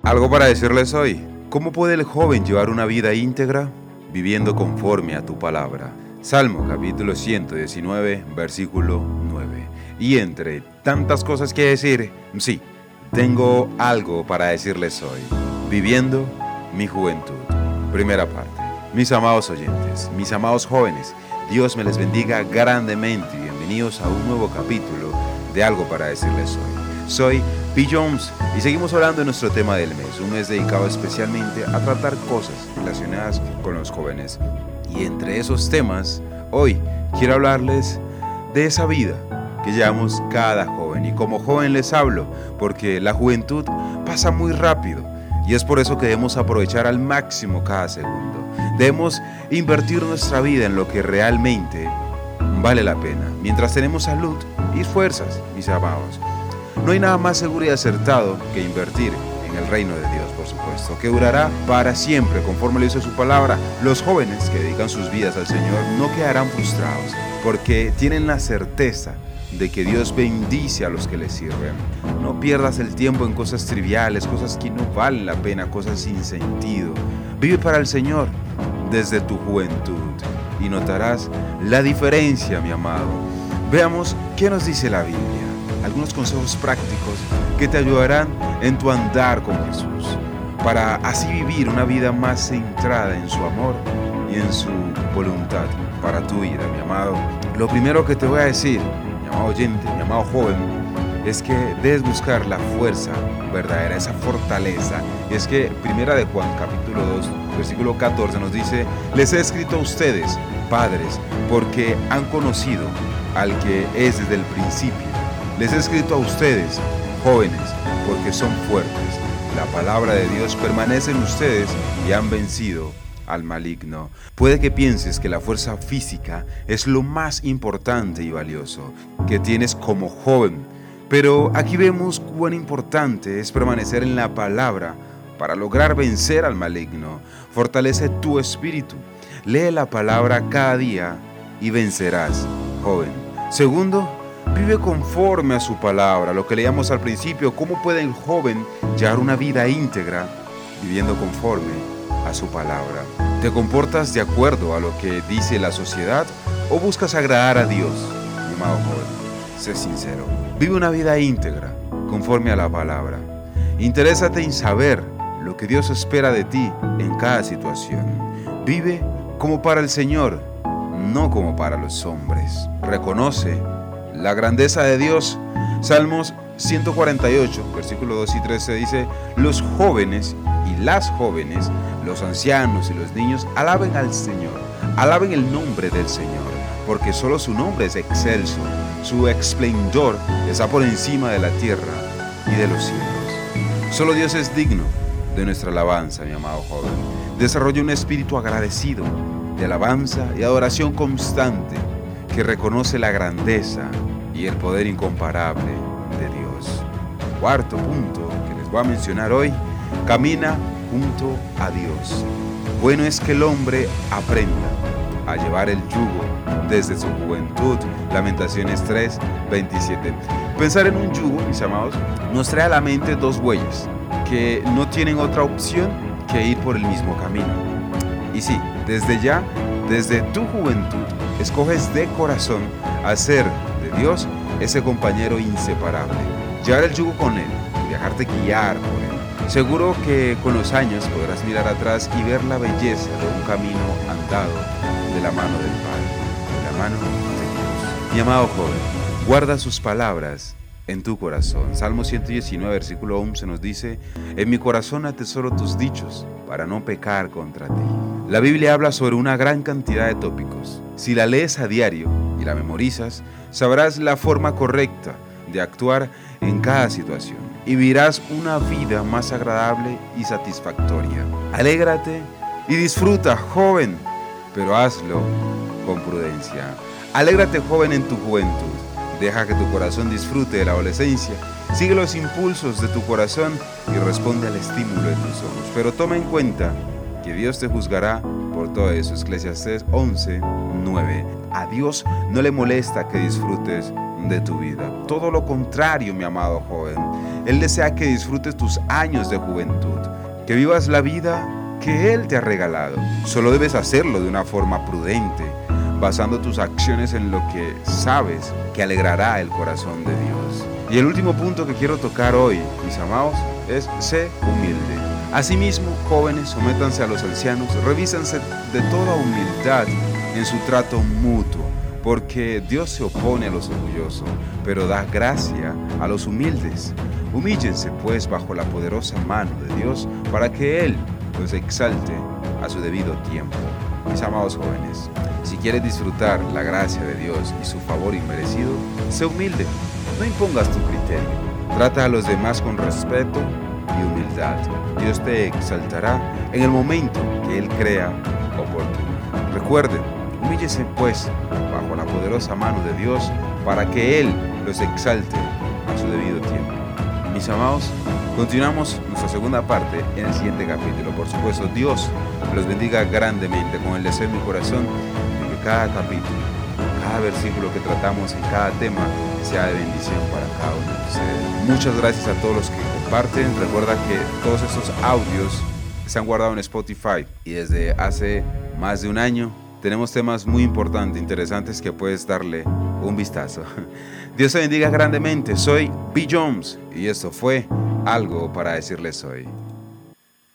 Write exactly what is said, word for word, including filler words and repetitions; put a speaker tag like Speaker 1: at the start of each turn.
Speaker 1: Algo para decirles hoy. ¿Cómo puede el joven llevar una vida íntegra? Viviendo conforme a tu palabra. Salmo capítulo ciento diecinueve, versículo nueve. Y entre tantas cosas que decir, sí, tengo algo para decirles hoy. Viviendo mi juventud. Primera parte. Mis amados oyentes, mis amados jóvenes, Dios me les bendiga grandemente y bienvenidos a un nuevo capítulo de Algo para decirles hoy. Soy P. Jones y seguimos hablando de nuestro tema del mes, un mes dedicado especialmente a tratar cosas relacionadas con los jóvenes. Y entre esos temas, hoy quiero hablarles de esa vida que llevamos cada joven. Y como joven les hablo porque la juventud pasa muy rápido y es por eso que debemos aprovechar al máximo cada segundo. Debemos invertir nuestra vida en lo que realmente vale la pena, mientras tenemos salud y fuerzas, mis amados. No hay nada más seguro y acertado que invertir en el reino de Dios, por supuesto, que durará para siempre, conforme lo dice su palabra. Los jóvenes que dedican sus vidas al Señor no quedarán frustrados, porque tienen la certeza de que Dios bendice a los que le sirven. No pierdas el tiempo en cosas triviales, cosas que no valen la pena, cosas sin sentido. Vive para el Señor desde tu juventud y notarás la diferencia, mi amado. Veamos qué nos dice la Biblia. Algunos consejos prácticos que te ayudarán en tu andar con Jesús, para así vivir una vida más centrada en su amor y en su voluntad para tu vida, mi amado. Lo primero que te voy a decir, mi amado oyente, mi amado joven, es que debes buscar la fuerza verdadera, esa fortaleza. Y es que Primera de Juan, capítulo dos, versículo catorce, nos dice: les he escrito a ustedes, padres, porque han conocido al que es desde el principio. Les he escrito a ustedes, jóvenes, porque son fuertes. La palabra de Dios permanece en ustedes y han vencido al maligno. Puede que pienses que la fuerza física es lo más importante y valioso que tienes como joven, pero aquí vemos cuán importante es permanecer en la palabra para lograr vencer al maligno. Fortalece tu espíritu. Lee la palabra cada día y vencerás, joven. Segundo, vive conforme a su palabra, lo que leíamos al principio. ¿Cómo puede el joven llevar una vida íntegra viviendo conforme a su palabra? ¿Te comportas de acuerdo a lo que dice la sociedad o buscas agradar a Dios? Mi amado joven, sé sincero. Vive una vida íntegra conforme a la palabra. Interésate en saber lo que Dios espera de ti en cada situación. Vive como para el Señor, no como para los hombres. Reconoce la grandeza de Dios. Salmos ciento cuarenta y ocho, versículos dos y trece dice: los jóvenes y las jóvenes, los ancianos y los niños, alaben al Señor, alaben el nombre del Señor, porque solo su nombre es excelso, su esplendor está por encima de la tierra y de los cielos. Solo Dios es digno de nuestra alabanza, mi amado joven. Desarrolla un espíritu agradecido, de alabanza y adoración constante, que reconoce la grandeza y el poder incomparable de Dios. Cuarto punto que les voy a mencionar hoy: camina junto a Dios. Bueno es que el hombre aprenda a llevar el yugo desde su juventud. Lamentaciones tres, veintisiete. Pensar en un yugo, mis amados, nos trae a la mente dos bueyes que no tienen otra opción que ir por el mismo camino. Y sí, desde ya, desde tu juventud, escoges de corazón hacer de Dios ese compañero inseparable, llevar el yugo con Él y dejarte guiar por Él. Seguro que con los años podrás mirar atrás y ver la belleza de un camino andado de la mano del Padre, de la mano de Dios. Mi amado joven, guarda sus palabras en tu corazón. Salmo ciento diecinueve, versículo once nos dice: en mi corazón atesoro tus dichos para no pecar contra ti. La Biblia habla sobre una gran cantidad de tópicos. Si la lees a diario y la memorizas, sabrás la forma correcta de actuar en cada situación y vivirás una vida más agradable y satisfactoria. Alégrate y disfruta, joven, pero hazlo con prudencia. Alégrate, joven, en tu juventud. Deja que tu corazón disfrute de la adolescencia. Sigue los impulsos de tu corazón y responde al estímulo de tus ojos. Pero toma en cuenta que Dios te juzgará por todo eso. Eclesiastés once, nueve. A Dios no le molesta que disfrutes de tu vida. Todo lo contrario, mi amado joven. Él desea que disfrutes tus años de juventud, que vivas la vida que Él te ha regalado. Solo debes hacerlo de una forma prudente, basando tus acciones en lo que sabes que alegrará el corazón de Dios. Y el último punto que quiero tocar hoy, mis amados, es sé humilde. Asimismo, jóvenes, sométanse a los ancianos, revísense de toda humildad en su trato mutuo, porque Dios se opone a los orgullosos, pero da gracia a los humildes. Humíllense pues bajo la poderosa mano de Dios, para que Él los exalte a su debido tiempo. Mis amados jóvenes, si quieres disfrutar la gracia de Dios y su favor inmerecido, sé humilde, no impongas tu criterio, trata a los demás con respeto y humildad. Dios te exaltará en el momento que Él crea oportuno. Recuerden, humíllese pues bajo la poderosa mano de Dios para que Él los exalte a su debido tiempo. Mis amados, continuamos nuestra segunda parte en el siguiente capítulo. Por supuesto, Dios los bendiga grandemente con el deseo en mi corazón de que cada capítulo, cada versículo que tratamos en cada tema sea de bendición para cada uno de ustedes. Muchas gracias a todos los que comparten. Recuerda que todos estos audios se han guardado en Spotify y desde hace más de un año tenemos temas muy importantes, interesantes que puedes darle un vistazo. Dios te bendiga grandemente. Soy B. Jones y esto fue Algo para Decirles Hoy.